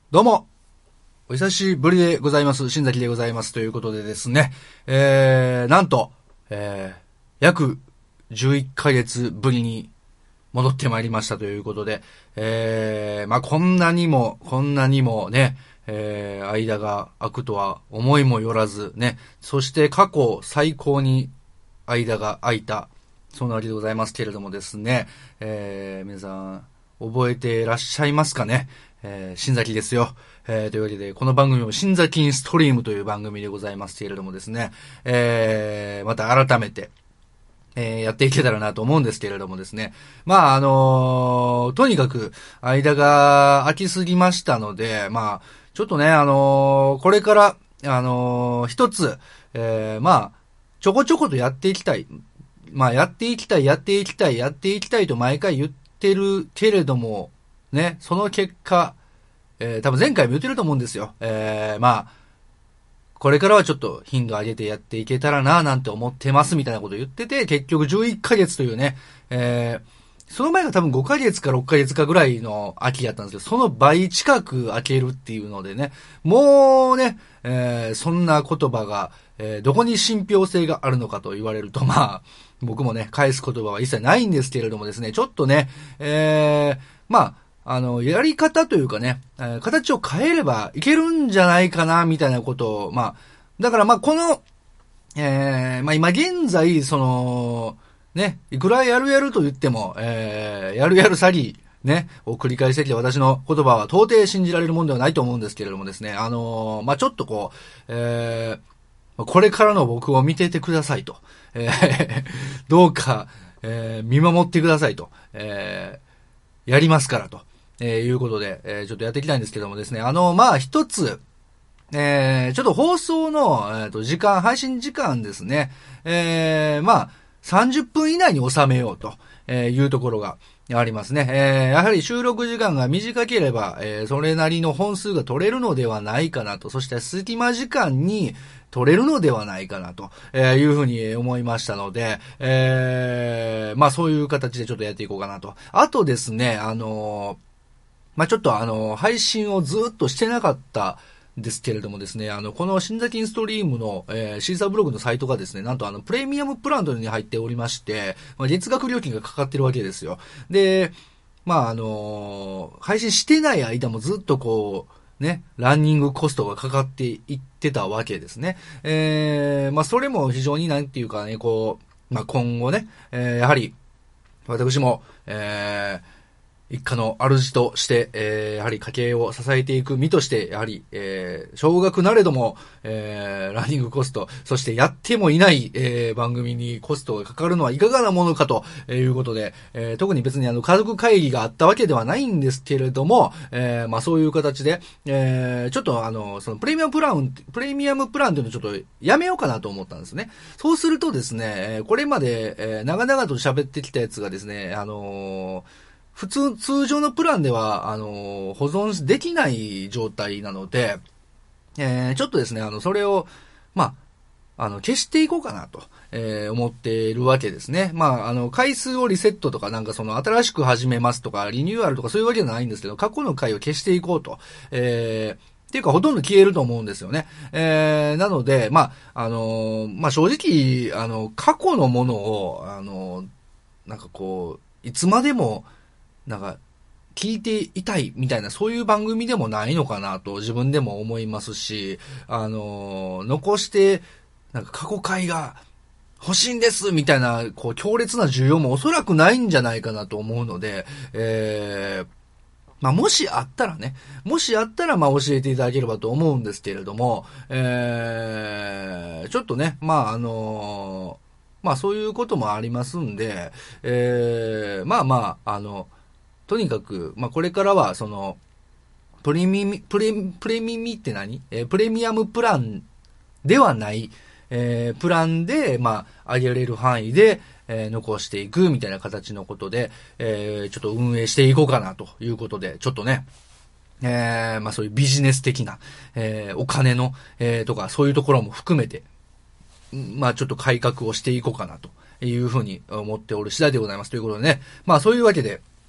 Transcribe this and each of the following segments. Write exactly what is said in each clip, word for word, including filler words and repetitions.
どうも、お久しぶりでございます。新崎でございます。ということでですね、えー、なんと、えー、約じゅういっかげつぶりに戻ってまいりましたということで、えー、まあ、こんなにも、こんなにもね、えー、間が空くとは思いもよらずね、そして過去最高に間が空いた、そんなわけでございますけれどもですね、えー、皆さん、覚えていらっしゃいますかね。えー、新崎ですよ。えー、というわけで、この番組も新崎インストリームという番組でございますけれどもですね、えー、また改めて、えー、やっていけたらなと思うんですけれどもですね。まあ、あのー、とにかく、間が空きすぎましたので、まあ、ちょっとね、あのー、これから、あのー、一つ、えー、まあ、ちょこちょことやっていきたい。まあ、やっていきたい、やっていきたい、やっていきたいと毎回言ってるけれども、ね、その結果、えー、多分前回も言ってると思うんですよ。えー、まあ、これからはちょっと頻度上げてやっていけたらななんて思ってますみたいなこと言ってて、結局じゅういっかげつというね、えー、その前が多分ごかげつかろっかげつかぐらいの秋やったんですけど、その倍近く空けるっていうのでね、もうね、えー、そんな言葉が、えー、どこに信憑性があるのかと言われると、まあ、僕もね、返す言葉は一切ないんですけれどもですね、ちょっとね、えー、まあ、あの、やり方というかね、えー、形を変えればいけるんじゃないかな、みたいなことを、まあ、だからまあ、この、えー、まあ今現在、その、ね、いくらやるやると言っても、えー、やるやる詐欺、ね、を繰り返してきて私の言葉は到底信じられるものではないと思うんですけれどもですね、あのー、まあちょっとこう、えー、これからの僕を見ててくださいと、えー、どうか、えー、見守ってくださいと、えー、やりますからと、えー、いうことで、えー、ちょっとやっていきたいんですけどもですね、あの、まあ一つ、えー、ちょっと放送の、えーと、時間、配信時間ですね。えー、まあ、さんじゅっぷん以内に収めようというところがありますね。えー、やはり収録時間が短ければ、えー、それなりの本数が取れるのではないかなと。そして隙間時間に取れるのではないかなというふうに思いましたので、えー、まあそういう形でちょっとやっていこうかなと。あとですね、あのー、まあちょっとあのー、配信をずっとしてなかったですけれどもですね、あの、この新崎インストリームの、えー、シーサーブログのサイトがですね、なんとあの、プレミアムプラントに入っておりまして、まあ、月額料金がかかってるわけですよ。で、まああのー、配信してない間もずっとこう、ね、ランニングコストがかかっていってたわけですね。えー、まあそれも非常になんていうかね、こう、まあ今後ね、えー、やはり、私も、えー、一家の主として、えー、やはり家計を支えていく身として、やはり、えー、少額なれども、えー、ランニングコスト、そしてやってもいない、えー、番組にコストがかかるのはいかがなものかということで、えー、特に別にあの、家族会議があったわけではないんですけれども、えー、まあそういう形で、えー、ちょっとあの、そのプレミアムプラン、プレミアムプランというのをちょっとやめようかなと思ったんですね。そうするとですね、これまで、えー、長々と喋ってきたやつがですね、あのー、普通、通常のプランでは、あの、保存できない状態なので、えー、ちょっとですね、あの、それを、まあ、あの、消していこうかなと、えー、思っているわけですね。まあ、あの、回数をリセットとか、なんかその、新しく始めますとか、リニューアルとかそういうわけじゃないんですけど、過去の回を消していこうと、えー、っていうか、ほとんど消えると思うんですよね。えー、なので、まあ、あのー、まあ、正直、あの、過去のものを、あの、なんかこう、いつまでも、なんか、聞いていたいみたいな、そういう番組でもないのかなと自分でも思いますし、あのー、残して、なんか過去回が欲しいんですみたいな、こう、強烈な需要もおそらくないんじゃないかなと思うので、えー、まあ、もしあったらね、もしあったら、まあ、教えていただければと思うんですけれども、えー、ちょっとね、まあ、あのー、まあ、そういうこともありますんで、えー、まあまあ、あの、とにかく、まあ、これからは、その、プレミミ、プレ、プレミミって何えー、プレミアムプランではない、えー、プランで、まあ、上げられる範囲で、えー、残していくみたいな形のことで、えー、ちょっと運営していこうかなということで、ちょっとね、えー、まあそういうビジネス的な、えー、お金の、えー、とか、そういうところも含めて、まあちょっと改革をしていこうかなというふうに思っておる次第でございます。ということでね、まあそういうわけで、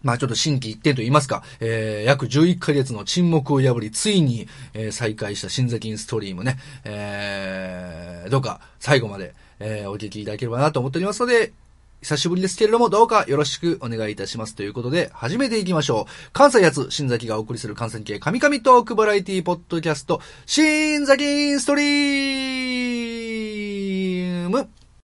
まあちょっと心機一転と言いますか、えー、約じゅういっかげつの沈黙を破り、ついに、えー、再開した新ザキンストリームね、えー、どうか最後まで、えー、お聞きいただければなと思っておりますので、久しぶりですけれども、どうかよろしくお願いいたしますということで、始めていきましょう。関西発、新崎がお送りする関西系神々トークバラエティポッドキャスト、新崎インストリーム。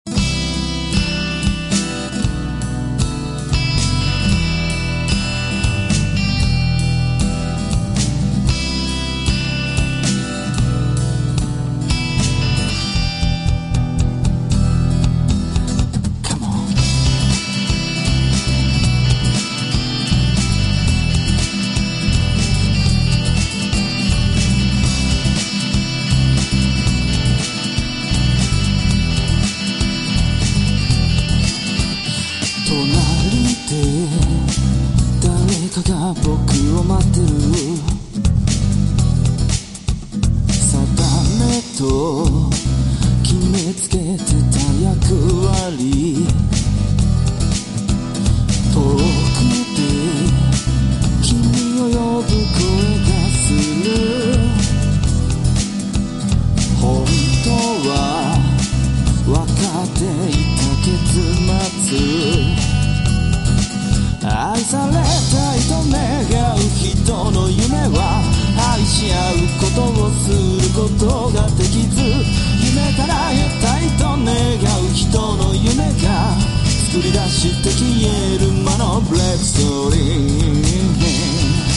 僕を待ってる定めと決めつけてた役割遠くで君を呼ぶ声がする本当は分かっていた結末愛されたいと願う人の夢は愛し合うことをすることができず夢叶えたいと願う人の夢が作り出して消える魔のブレイクストーリー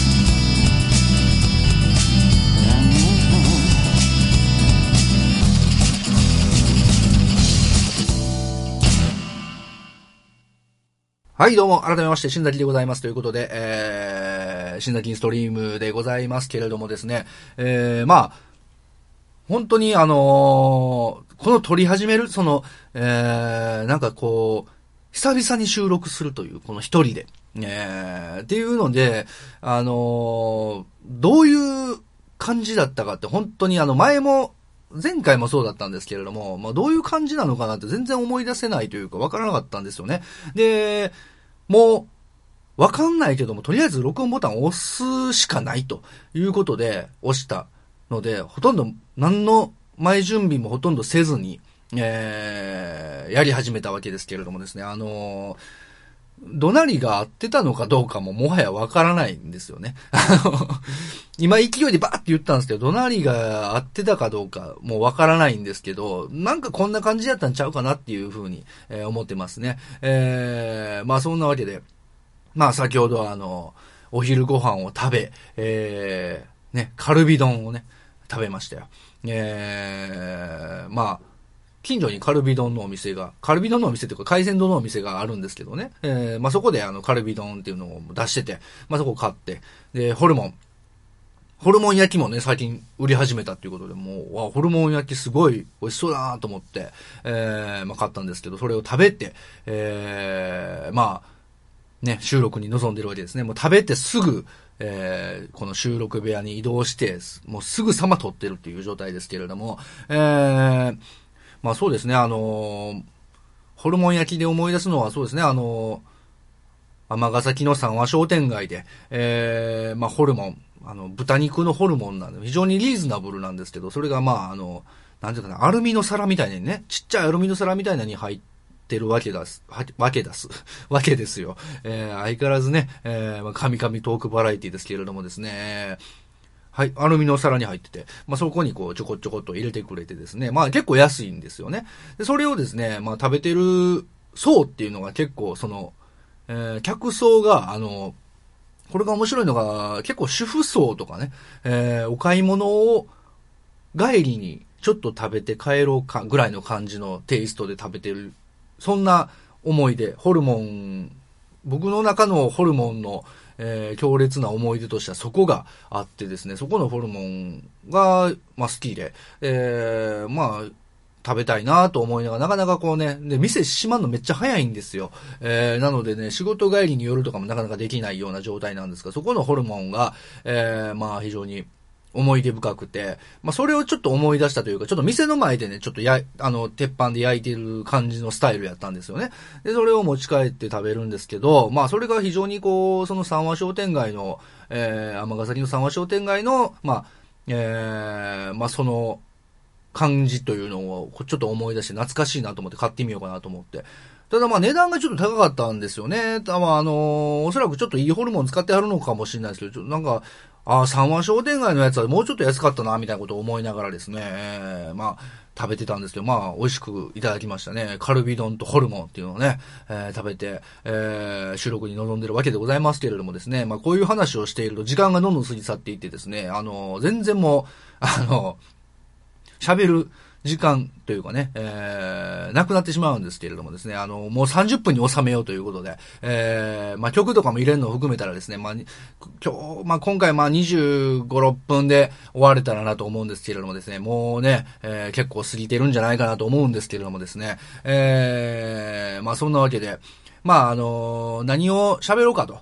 はい、どうも、改めまして、新崎でございます。ということで、えー、新崎インストリームでございますけれどもですね、えー、まあ、本当にあのー、この撮り始める、その、えー、なんかこう、久々に収録するという、この一人で、えー、っていうので、あのー、どういう感じだったかって、本当にあの、前も、前回もそうだったんですけれども、まあどういう感じなのかなって全然思い出せないというかわからなかったんですよね。で、もう、わかんないけども、とりあえず録音ボタンを押すしかないということで押したので、ほとんど何の前準備もほとんどせずに、えー、やり始めたわけですけれどもですね、あのー、怒鳴りが合ってたのかどうかももはやわからないんですよね。あの、今勢いでバーって言ったんですけど、怒鳴りが合ってたかどうかもわからないんですけど、なんかこんな感じやったんちゃうかなっていうふうに、えー、思ってますね。えー、まあそんなわけで、まあ先ほどあの、お昼ご飯を食べ、えー、ね、カルビ丼をね、食べましたよ。えー、まあ、近所にカルビ丼のお店が、カルビ丼のお店というか海鮮丼のお店があるんですけどね。えー、まあ、そこであの、カルビ丼っていうのを出してて、まあ、そこを買って、で、ホルモン。ホルモン焼きもね、最近売り始めたっていうことで、もう、わ、ホルモン焼きすごい美味しそうだなと思って、えー、まあ、買ったんですけど、それを食べて、えー、まあ、ね、収録に臨んでるわけですね。もう食べてすぐ、えー、この収録部屋に移動して、もうすぐさま撮ってるっていう状態ですけれども、えー、まあそうですね、あのー、ホルモン焼きで思い出すのはそうですね、あのー、尼崎の三和商店街で、えー、まあホルモン、あの、豚肉のホルモンなんで、非常にリーズナブルなんですけど、それがまあ、あの、なんていうかな、アルミの皿みたいにね、ちっちゃいアルミの皿みたいなのに入ってるわけだす、わけだす、わけですよ。えー、相変わらずね、えー、まあ、神々トークバラエティですけれどもですね、はい、アルミの皿に入ってて、まあ、そこにこう、ちょこちょこっと入れてくれてですね、まあ、結構安いんですよね。で、それをですね、まあ、食べてる層っていうのが結構、その、えー、客層が、あの、これが面白いのが、結構主婦層とかね、えー、お買い物を帰りにちょっと食べて帰ろうかぐらいの感じのテイストで食べてる、そんな思い出、ホルモン、僕の中のホルモンのえー、強烈な思い出としてはそこがあってですね、そこのホルモンが、まあ、好きで、えー、まあ、食べたいなと思いながら、なかなかこうね、で、店閉まるのめっちゃ早いんですよ。えー、なのでね、仕事帰りに夜とかもなかなかできないような状態なんですが、そこのホルモンが、えー、まあ、非常に思い出深くて、まあ、それをちょっと思い出したというか、ちょっと店の前でね、ちょっとや、あの、鉄板で焼いてる感じのスタイルやったんですよね。で、それを持ち帰って食べるんですけど、まあ、それが非常にこう、その三和商店街の、えー、尼崎の三和商店街の、まあ、えー、まあ、その、感じというのを、ちょっと思い出して懐かしいなと思って買ってみようかなと思って。ただまあ値段がちょっと高かったんですよね。たまああのー、おそらくちょっといいホルモン使ってあるのかもしれないですけど、ちょっとなんか、ああ、三和商店街のやつはもうちょっと安かったな、みたいなことを思いながらですね、えー、まあ、食べてたんですけど、まあ、美味しくいただきましたね。カルビ丼とホルモンっていうのをね、えー、食べて、えー、収録に臨んでるわけでございますけれどもですね、まあ、こういう話をしていると時間がどんどん過ぎ去っていってですね、あのー、全然もう、あのー、喋る、時間というかね、えー、なくなってしまうんですけれどもですね、あの、もうさんじゅっぷんに収めようということで、えー、まあ、曲とかも入れるのを含めたらですね、まあ、今日、まあ、今回まあ、にじゅうご、ろっぷんで終われたらなと思うんですけれどもですね、もうね、えー、結構過ぎてるんじゃないかなと思うんですけれどもですね、えー、まあ、そんなわけで、まあ、あのー、何を喋ろうかと。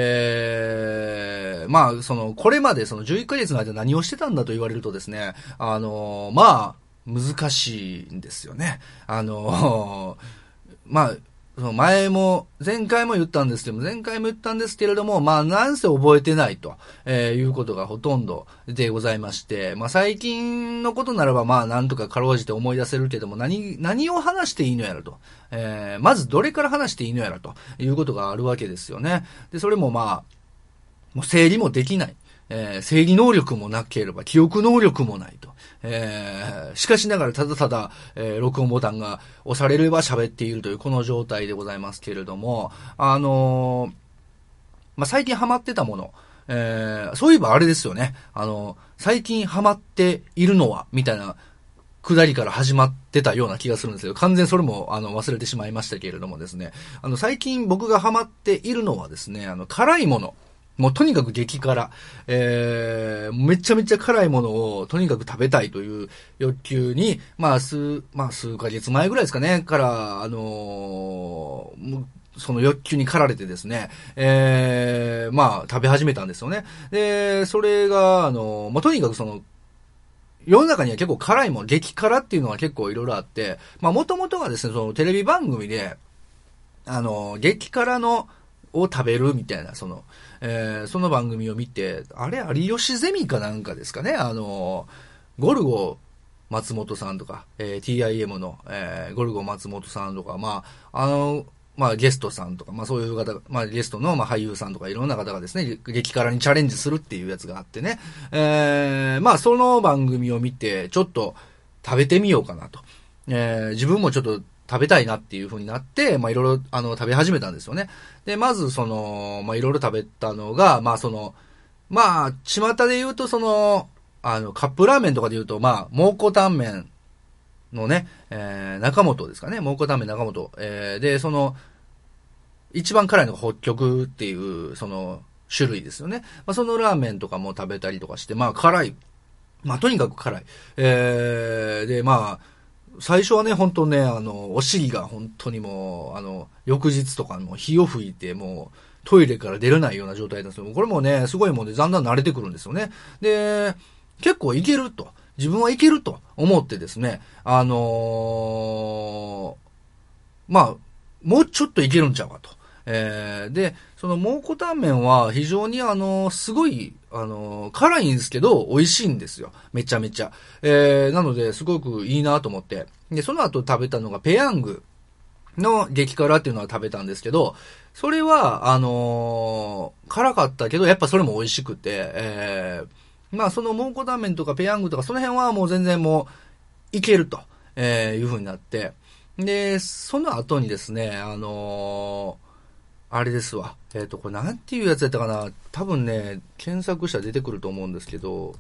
えー、まあ、その、これまでそのじゅういっかげつの間何をしてたんだと言われるとですね、あのー、まあ、難しいんですよね。あのー、まあ、その前も、前回も言ったんですけども、前回も言ったんですけれども、まあ、なんせ覚えてないと、えー、いうことがほとんどでございまして、まあ、最近のことならば、まあ、なんとかかろうじて思い出せるけども、何、何を話していいのやらと、えー、まずどれから話していいのやらということがあるわけですよね。で、それもまあ、もう整理もできない。えー、整理能力もなければ記憶能力もないと。えー、しかしながらただただ、えー、録音ボタンが押されれば喋っているというこの状態でございますけれども、あのー、まあ、最近ハマってたもの、えー、そういえばあれですよね。あのー、最近ハマっているのは、みたいな、下りから始まってたような気がするんですけど、完全それも、あの、忘れてしまいましたけれどもですね。あの、最近僕がハマっているのはですね、あの、辛いもの。もうとにかく激辛。えー、めちゃめちゃ辛いものをとにかく食べたいという欲求に、まあ数、まあ数ヶ月前ぐらいですかね、から、あのー、その欲求に駆られてですね、えー、まあ食べ始めたんですよね。で、それが、あのー、まあとにかくその、世の中には結構辛いもの、激辛っていうのは結構いろいろあって、まあもともとがですね、そのテレビ番組で、あのー、激辛の、を食べるみたいな、その、えー、その番組を見て、あれ、有吉ゼミかなんかですかね、あの、ゴルゴ松本さんとか、えー、ティーアイエム の、えー、ゴルゴ松本さんとか、まあ、あの、まあ、ゲストさんとか、まあ、そういう方、まあ、ゲストの、まあ、俳優さんとか、いろんな方がですね、激辛にチャレンジするっていうやつがあってね、えー、まあ、その番組を見て、ちょっと食べてみようかなと。えー、自分もちょっと、食べたいなっていう風になって、まあいろいろ、あの、食べ始めたんですよね。で、まずその、まあいろいろ食べたのが、まあその、まあ、巷で言うとその、あの、カップラーメンとかで言うと、まあ、蒙古タンメンのね、えー、中本ですかね、蒙古タンメン中本。えー、で、その、一番辛いのが北極っていう、その、種類ですよね。まあそのラーメンとかも食べたりとかして、まあ辛い。まあとにかく辛い。えー、で、まあ、最初はね、本当ね、あの、お尻が本当にもう、あの、翌日とかも火を吹いて、もう、トイレから出れないような状態なんですよ。これもね、すごいもんで、だんだん慣れてくるんですよね。で、結構いけると。自分はいけると思ってですね、あのー、まあ、もうちょっといけるんちゃうかと。えー、で、その蒙古タンメンは非常にあの、すごい、あの、辛いんですけど、美味しいんですよ。めちゃめちゃ。えー、なので、すごくいいなと思って。で、その後食べたのがペヤングの激辛っていうのは食べたんですけど、それは、あのー、辛かったけど、やっぱそれも美味しくて、えー、まあその蒙古タンメンとかペヤングとかその辺はもう全然もう、いけると、えー、いう風になって、で、その後にですね、あのー、あれですわ。えっ、ー、と、これなんていうやつやったかな。多分ね、検索したら出てくると思うんですけど、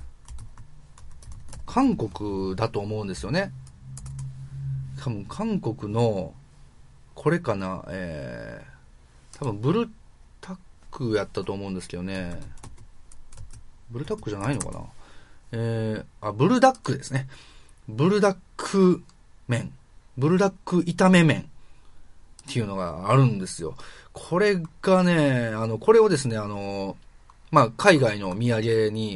韓国だと思うんですよね。多分韓国の、これかな、えー、多分ブルタックやったと思うんですけどね。ブルタックじゃないのかな。えー、あ、ブルダックですね。ブルダック麺。ブルダック炒め麺っていうのがあるんですよ。これがね、あの、これをですね、あの、まあ、海外の土産に、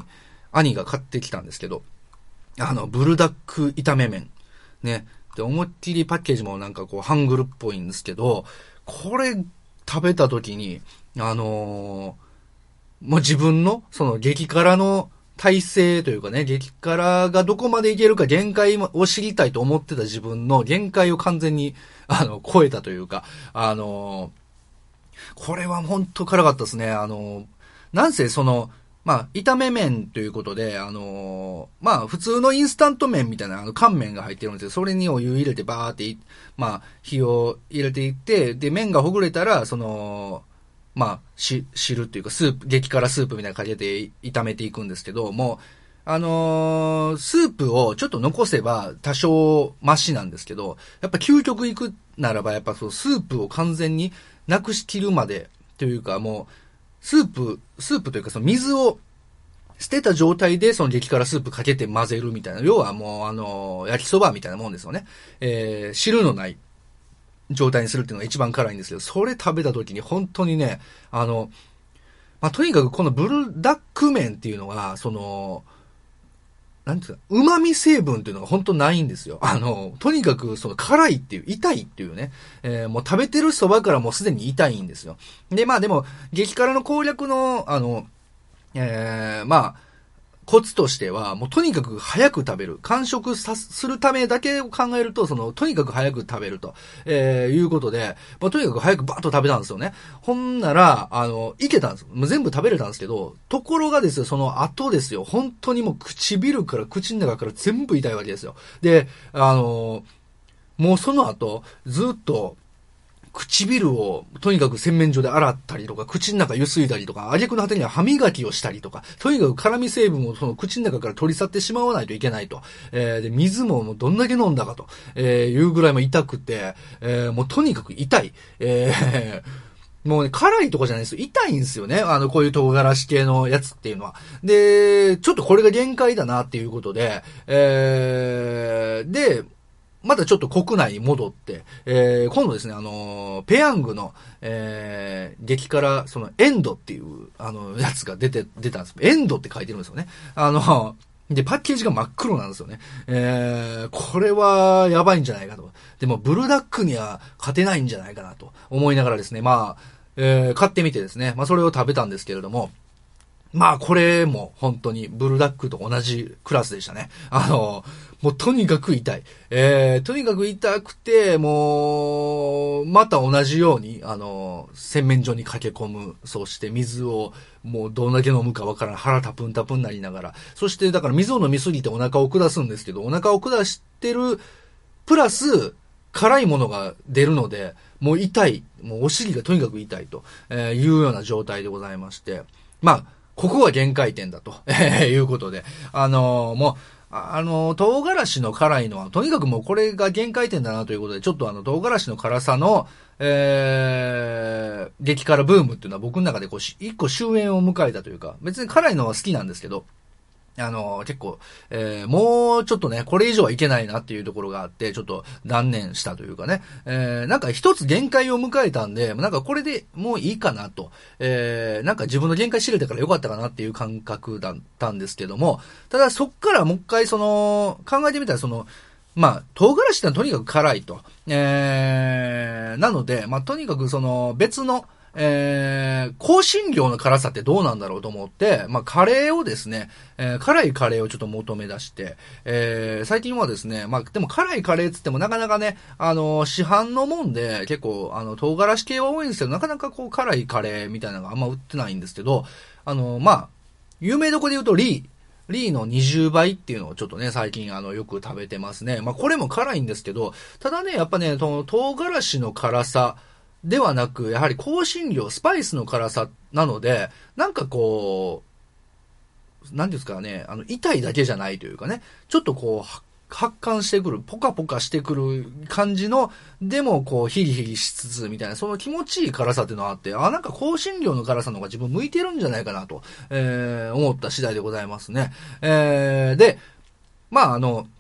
兄が買ってきたんですけど、あの、ブルダック炒め麺。ね。で、思いっきりパッケージもなんかこう、ハングルっぽいんですけど、これ食べた時に、あのー、もう自分の、その激辛の体勢というかね、激辛がどこまでいけるか限界を知りたいと思ってた自分の限界を完全に、あの、超えたというか、あのー、これは本当辛かったですね。あのー、なんせその、まあ、炒め麺ということで、あのー、まあ、普通のインスタント麺みたいな、あの、乾麺が入ってるんですけど、それにお湯入れてバーって、まあ、火を入れていって、で、麺がほぐれたら、その、まあ、し、汁っていうか、スープ、激辛スープみたいな感じで炒めていくんですけど、もう、あのー、スープをちょっと残せば多少マシなんですけど、やっぱ究極いくならば、やっぱそのスープを完全になくしきるまで、というかもう、スープ、スープというかその水を捨てた状態でその激辛スープかけて混ぜるみたいな。要はもうあの、焼きそばみたいなもんですよね。えー、汁のない状態にするっていうのが一番辛いんですけど、それ食べた時に本当にね、あの、まあ、とにかくこのブルダック麺っていうのが、その、なんていうか、旨味成分っていうのが本当ないんですよ。あの、とにかくその辛いっていう、痛いっていうね、えー、もう食べてるそばからもうすでに痛いんですよ。で、まあでも、激辛の攻略の、あの、えー、まあ、コツとしては、もうとにかく早く食べる。完食さするためだけを考えると、その、とにかく早く食べると、えー、いうことで、まあ、とにかく早くバーッと食べたんですよね。ほんなら、あの、いけたんです。もう全部食べれたんですけど、ところがですよ、その後ですよ、本当にもう唇から口の中から全部痛いわけですよ。で、あの、もうその後、ずっと、唇をとにかく洗面所で洗ったりとか、口の中ゆすいだりとか、挙句の果てには歯磨きをしたりとか、とにかく辛味成分をその口の中から取り去ってしまわないといけないと。えー、で、水ももうどんだけ飲んだかと、えー、いうぐらいも痛くて、えー、もうとにかく痛い。えー、もうね、辛いとかじゃないですよ。痛いんですよね。あの、こういう唐辛子系のやつっていうのは。で、ちょっとこれが限界だなっていうことで、えー、で、またちょっと国内に戻って、えー、今度ですね、あのー、ペヤングの、えー、激辛、その、エンドっていう、あの、やつが出て、出たんです。エンドって書いてるんですよね。あの、で、パッケージが真っ黒なんですよね。えー、これは、やばいんじゃないかと。でも、ブルダックには勝てないんじゃないかなと思いながらですね、まあ、えー、買ってみてですね、まあ、それを食べたんですけれども、まあ、これも本当にブルダックと同じクラスでしたね。あの、もうとにかく痛い。えー、とにかく痛くて、もう、また同じように、あの、洗面所に駆け込む。そして水を、もうどんだけ飲むかわからん。腹タプンタプンになりながら。そして、だから水を飲みすぎてお腹を下すんですけど、お腹を下してる、プラス、辛いものが出るので、もう痛い。もうお尻がとにかく痛いと、えー、いうような状態でございまして。まあ、ここは限界点だと、えー、いうことで。あのー、もう、あのー、唐辛子の辛いのは、とにかくもうこれが限界点だなということで、ちょっとあの、唐辛子の辛さの、えー、激辛ブームっていうのは僕の中でこう、一個終焉を迎えたというか、別に辛いのは好きなんですけど、あの、結構、えー、もうちょっとね、これ以上はいけないなっていうところがあって、ちょっと断念したというかね、えー、なんか一つ限界を迎えたんで、なんかこれでもういいかなと、えー、なんか自分の限界知れたからよかったかなっていう感覚だったんですけども、ただそっからもう一回その、考えてみたらその、まあ、唐辛子ってのはとにかく辛いと。えー、なので、まあ、とにかくその別の、えー、香辛料の辛さってどうなんだろうと思って、まあ、カレーをですね、えー、辛いカレーをちょっと求め出して、えー、最近はですね、まあ、でも辛いカレーっつってもなかなかね、あの、市販のもんで結構、あの、唐辛子系は多いんですけど、なかなかこう辛いカレーみたいなのがあんま売ってないんですけど、あの、まあ、有名どこで言うとリー、リーのにじゅうばいっていうのをちょっとね、最近あの、よく食べてますね。まあ、これも辛いんですけど、ただね、やっぱね、唐辛子の辛さ、ではなく、やはり香辛料、スパイスの辛さなので、なんかこう、なんですかね、あの、痛いだけじゃないというかね、ちょっとこう、発汗してくる、ポカポカしてくる感じの、でもこう、ヒリヒリしつつみたいな、その気持ちいい辛さっていうのがあって、あ、なんか香辛料の辛さの方が自分向いてるんじゃないかなと、えー、思った次第でございますね。えー、で、まああの、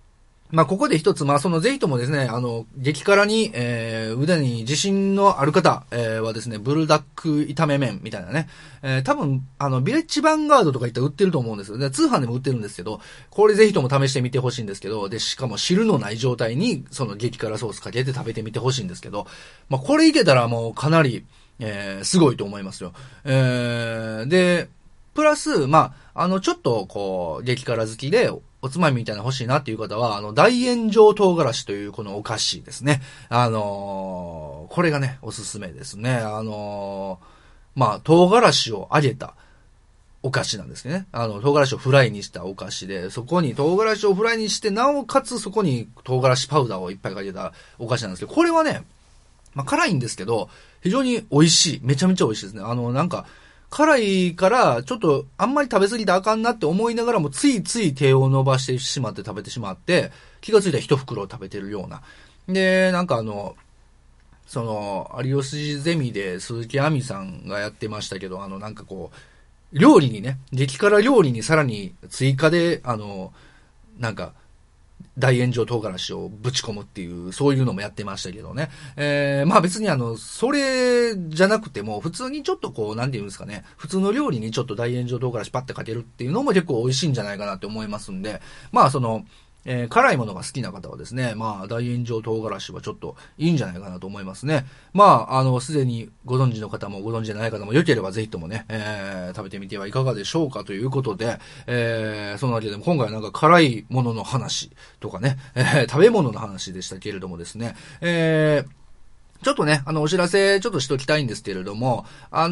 まあ、ここで一つ、まあ、その、ぜひともですね、あの、激辛に、えー、腕に自信のある方、えー、はですね、ブルダック炒め麺みたいなね、えー、多分、あの、ビレッジヴァンガードとか言ったら売ってると思うんですよ。で、通販でも売ってるんですけど、これぜひとも試してみてほしいんですけど、で、しかも汁のない状態に、その激辛ソースかけて食べてみてほしいんですけど、まあ、これいけたらもうかなり、えー、すごいと思いますよ。えー、で、プラス、まあ、あの、ちょっと、こう、激辛好きで、おつまみみたいなの欲しいなっていう方は、あの、大炎上唐辛子というこのお菓子ですね。あのー、これがね、おすすめですね。あのー、まあ、唐辛子を揚げたお菓子なんですね。あの、唐辛子をフライにしたお菓子で、そこに唐辛子をフライにして、なおかつそこに唐辛子パウダーをいっぱいかけたお菓子なんですけど、これはね、まあ、辛いんですけど、非常に美味しい。めちゃめちゃ美味しいですね。あの、なんか、辛いから、ちょっと、あんまり食べ過ぎてあかんなって思いながらも、ついつい手を伸ばしてしまって食べてしまって、気がついたら一袋を食べてるような。で、なんかあの、その、有吉ゼミで鈴木亜美さんがやってましたけど、あの、なんかこう、料理にね、激辛料理にさらに追加で、あの、なんか、大炎上唐辛子をぶち込むっていう、そういうのもやってましたけどね。えー、まあ別にあの、それじゃなくても、普通にちょっとこう、なんていうんですかね、普通の料理にちょっと大炎上唐辛子パッてかけるっていうのも結構美味しいんじゃないかなって思いますんで、まあその、えー、辛いものが好きな方はですね、まあ大炎上唐辛子はちょっといいんじゃないかなと思いますね。まあ、あの、すでにご存知の方もご存知じゃない方も良ければぜひともね、えー、食べてみてはいかがでしょうかということで、えー、そのわけで今回はなんか辛いものの話とかね、えー、食べ物の話でしたけれどもですね、えー、ちょっとね、あの、お知らせちょっとしときたいんですけれども、あ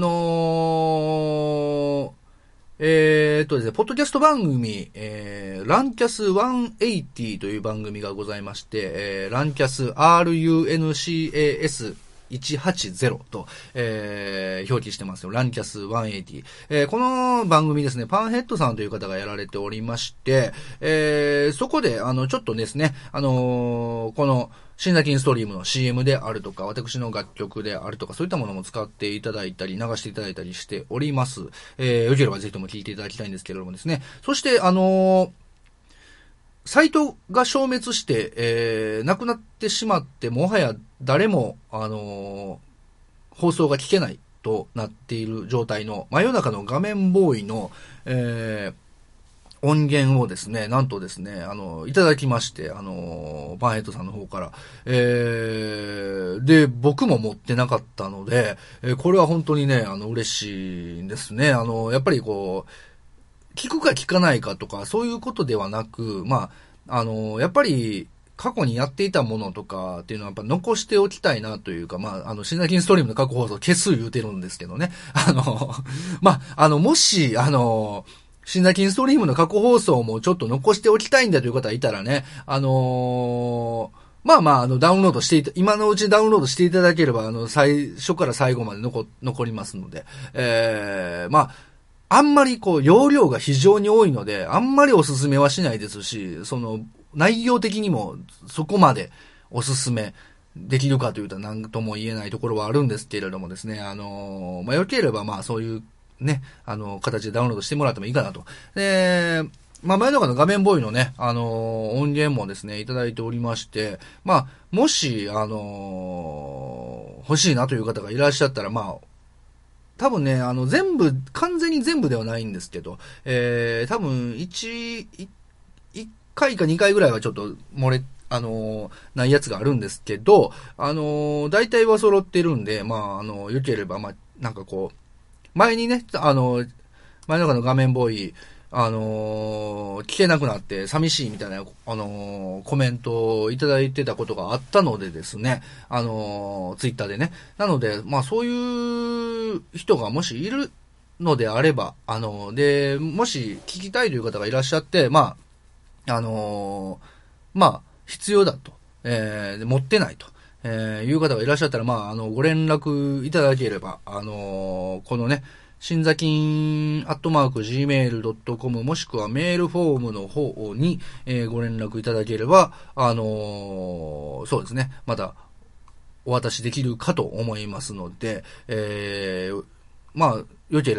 のー、えーっとですね、ポッドキャスト番組、えー、ランキャスひゃくはちじゅうという番組がございまして、えー、ランキャス アールユーエヌシーエーエスひゃくはちじゅう と、えー、表記してますよ。ランキャスひゃくはちじゅう。えー、この番組ですね、パンヘッドさんという方がやられておりまして、えー、そこで、あの、ちょっとですね、あのー、この、新ザキンストリームの シーエム であるとか、私の楽曲であるとか、そういったものも使っていただいたり、流していただいたりしております。えー、よければぜひとも聞いていただきたいんですけれどもですね。そして、あのー、サイトが消滅して、えー、なくなってしまって、もはや誰も、あのー、放送が聞けないとなっている状態の、真夜中の画面ボーイの、えー、音源をですね、なんとですね、あの、いただきまして、あの、パンヘッドさんの方から。えー、で、僕も持ってなかったので、えー、これは本当にね、あの、嬉しいんですね。あの、やっぱりこう、聞くか聞かないかとか、そういうことではなく、まあ、あの、やっぱり、過去にやっていたものとかっていうのはやっぱ残しておきたいなというか、まあ、あの、シナキンストリームの過去放送消す言うてるんですけどね。あの、まあ、あの、もし、あの、シナキンストリームの過去放送もちょっと残しておきたいんだという方がいたらね、あのー、まあまあ、あの、ダウンロードしていた、今のうちダウンロードしていただければ、あの、最初から最後まで残、残りますので、えー、まあ、あんまりこう、容量が非常に多いので、あんまりおすすめはしないですし、その、内容的にもそこまでおすすめできるかというと何とも言えないところはあるんですけれどもですね、あのー、まあ、よければまあそういうね、あの、形でダウンロードしてもらってもいいかなと。で、まあ、前の中の画面ボーイのね、あのー、音源もですね、いただいておりまして、まあ、もし、あのー、欲しいなという方がいらっしゃったら、まあ、多分ね、あの、全部、完全に全部ではないんですけど、えー、多分、一、一回か二回ぐらいはちょっと漏れ、あのー、ないやつがあるんですけど、あのー、大体は揃ってるんで、まあ、あの、良ければ、まあ、なんかこう、前にね、あの、前の中の画面ボーイ、あのー、聞けなくなって寂しいみたいな、あのー、コメントをいただいてたことがあったのでですね、あのー、ツイッターでね。なので、まあそういう人がもしいるのであれば、あのー、で、もし聞きたいという方がいらっしゃって、まあ、あのまあ、必要だと、えー、持ってないと。えー、いう方がいらっしゃったら、まあ、あの、ご連絡いただければ、あのー、このね、新座金アットマーク ジーメールドットコム もしくはメールフォームの方に、えー、ご連絡いただければ、あのー、そうですね、またお渡しできるかと思いますので、えー、まあ、良ければ、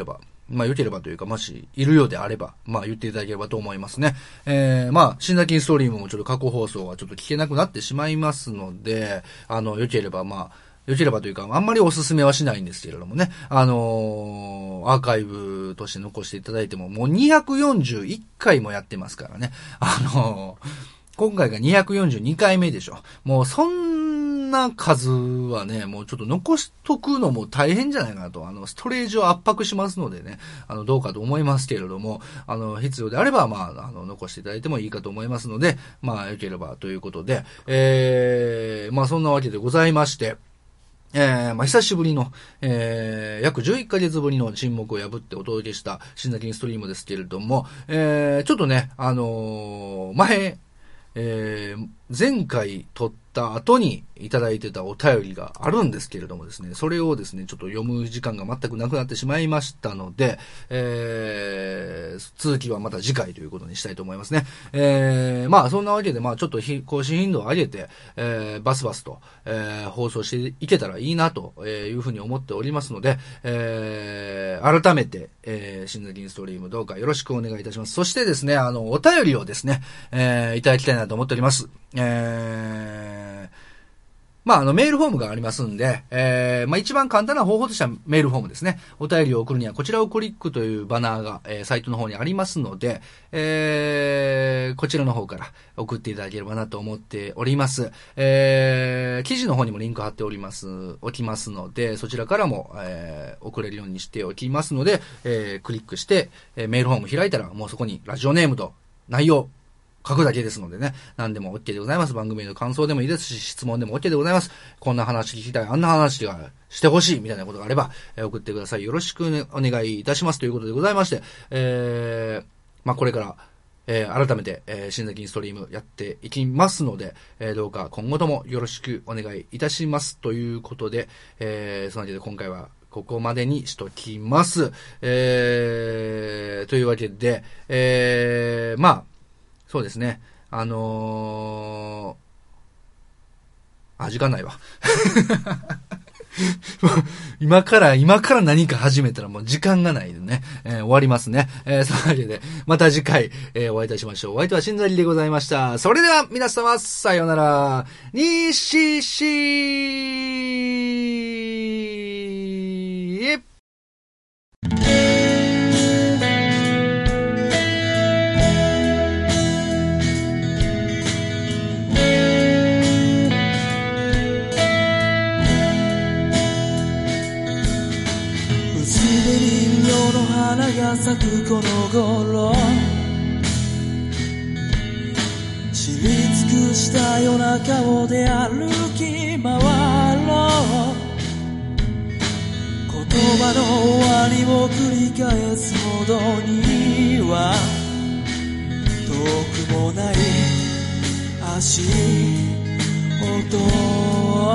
まあ良ければというか、もしいるようであれば、まあ言っていただければと思いますね。えー、まあ、新崎ストリームもちょっと過去放送はちょっと聞けなくなってしまいますので、あの、良ければまあ、良ければというか、あんまりおすすめはしないんですけれどもね、あのー、アーカイブとして残していただいても、もうにひゃくよんじゅういっかいもやってますからね。あのー、今回がにひゃくよんじゅうにかいめでしょ。もうそんな数はね、もうちょっと残しとくのも大変じゃないかなと、あの、ストレージを圧迫しますのでね、あの、どうかと思いますけれども、あの、必要であれば、まあ、あの、残していただいてもいいかと思いますので、まあ、よければということで、えー、まあ、そんなわけでございまして、えー、まあ、久しぶりの、えー、約じゅういっかげつぶりの沈黙を破ってお届けした新崎ストリームですけれども、えー、ちょっとね、あのー、前、えー、前回撮った後にいただいてたお便りがあるんですけれどもですね、それをですね、ちょっと読む時間が全くなくなってしまいましたので、えー、続きはまた次回ということにしたいと思いますね。えー、まあそんなわけで、まあちょっと更新頻度を上げて、えー、バスバスと、えー、放送していけたらいいなというふうに思っておりますので、えー、改めて、えー、新崎ストリームどうかよろしくお願いいたします。そしてですね、あの、お便りをですね、えー、いただきたいなと思っております。えー、まあ、あの、メールフォームがありますんで、えー、まあ、一番簡単な方法としてはメールフォームですね。お便りを送るにはこちらをクリックというバナーが、えー、サイトの方にありますので、えー、こちらの方から送っていただければなと思っております。えー、記事の方にもリンク貼っております、おきますので、そちらからも、えー、送れるようにしておきますので、えー、クリックして、えー、メールフォーム開いたら、もうそこにラジオネームと内容、書くだけですのでね。何でも OK でございます。番組の感想でもいいですし、質問でも OK でございます。こんな話聞きたい、あんな話がしてほしい、みたいなことがあれば、えー、送ってください。よろしく、ね、お願いいたします。ということでございまして、えー、まあ、これから、えー、改めて、えー、新崎ストリームやっていきますので、えー、どうか今後ともよろしくお願いいたします。ということで、えー、そのわけで今回は、ここまでにしときます。えー、というわけで、えー、まあ、そうですね。あのー、あ、時間ないわ。今から、今から何か始めたらもう時間がないでね、えー、終わりますね。えー、そのわけで、また次回、えー、お会いいたしましょう。お相手は新崎でございました。それでは皆様、さようなら。にししー花が咲くこの頃、知り尽くした夜中を出歩き回ろう。言葉の終わりを繰り返すほどには遠くもない足音、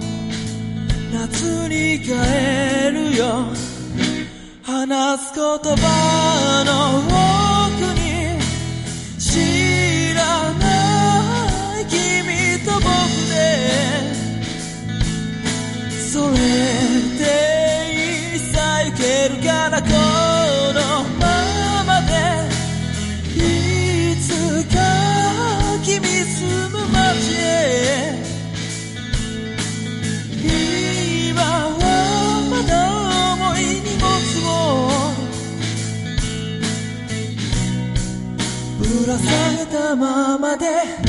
夏に帰るよ。話す言葉の奥に知らない君と僕で、それでいいさ、行けるかなこのままで。いつか君住む街へ、今はまだぶら下げたままで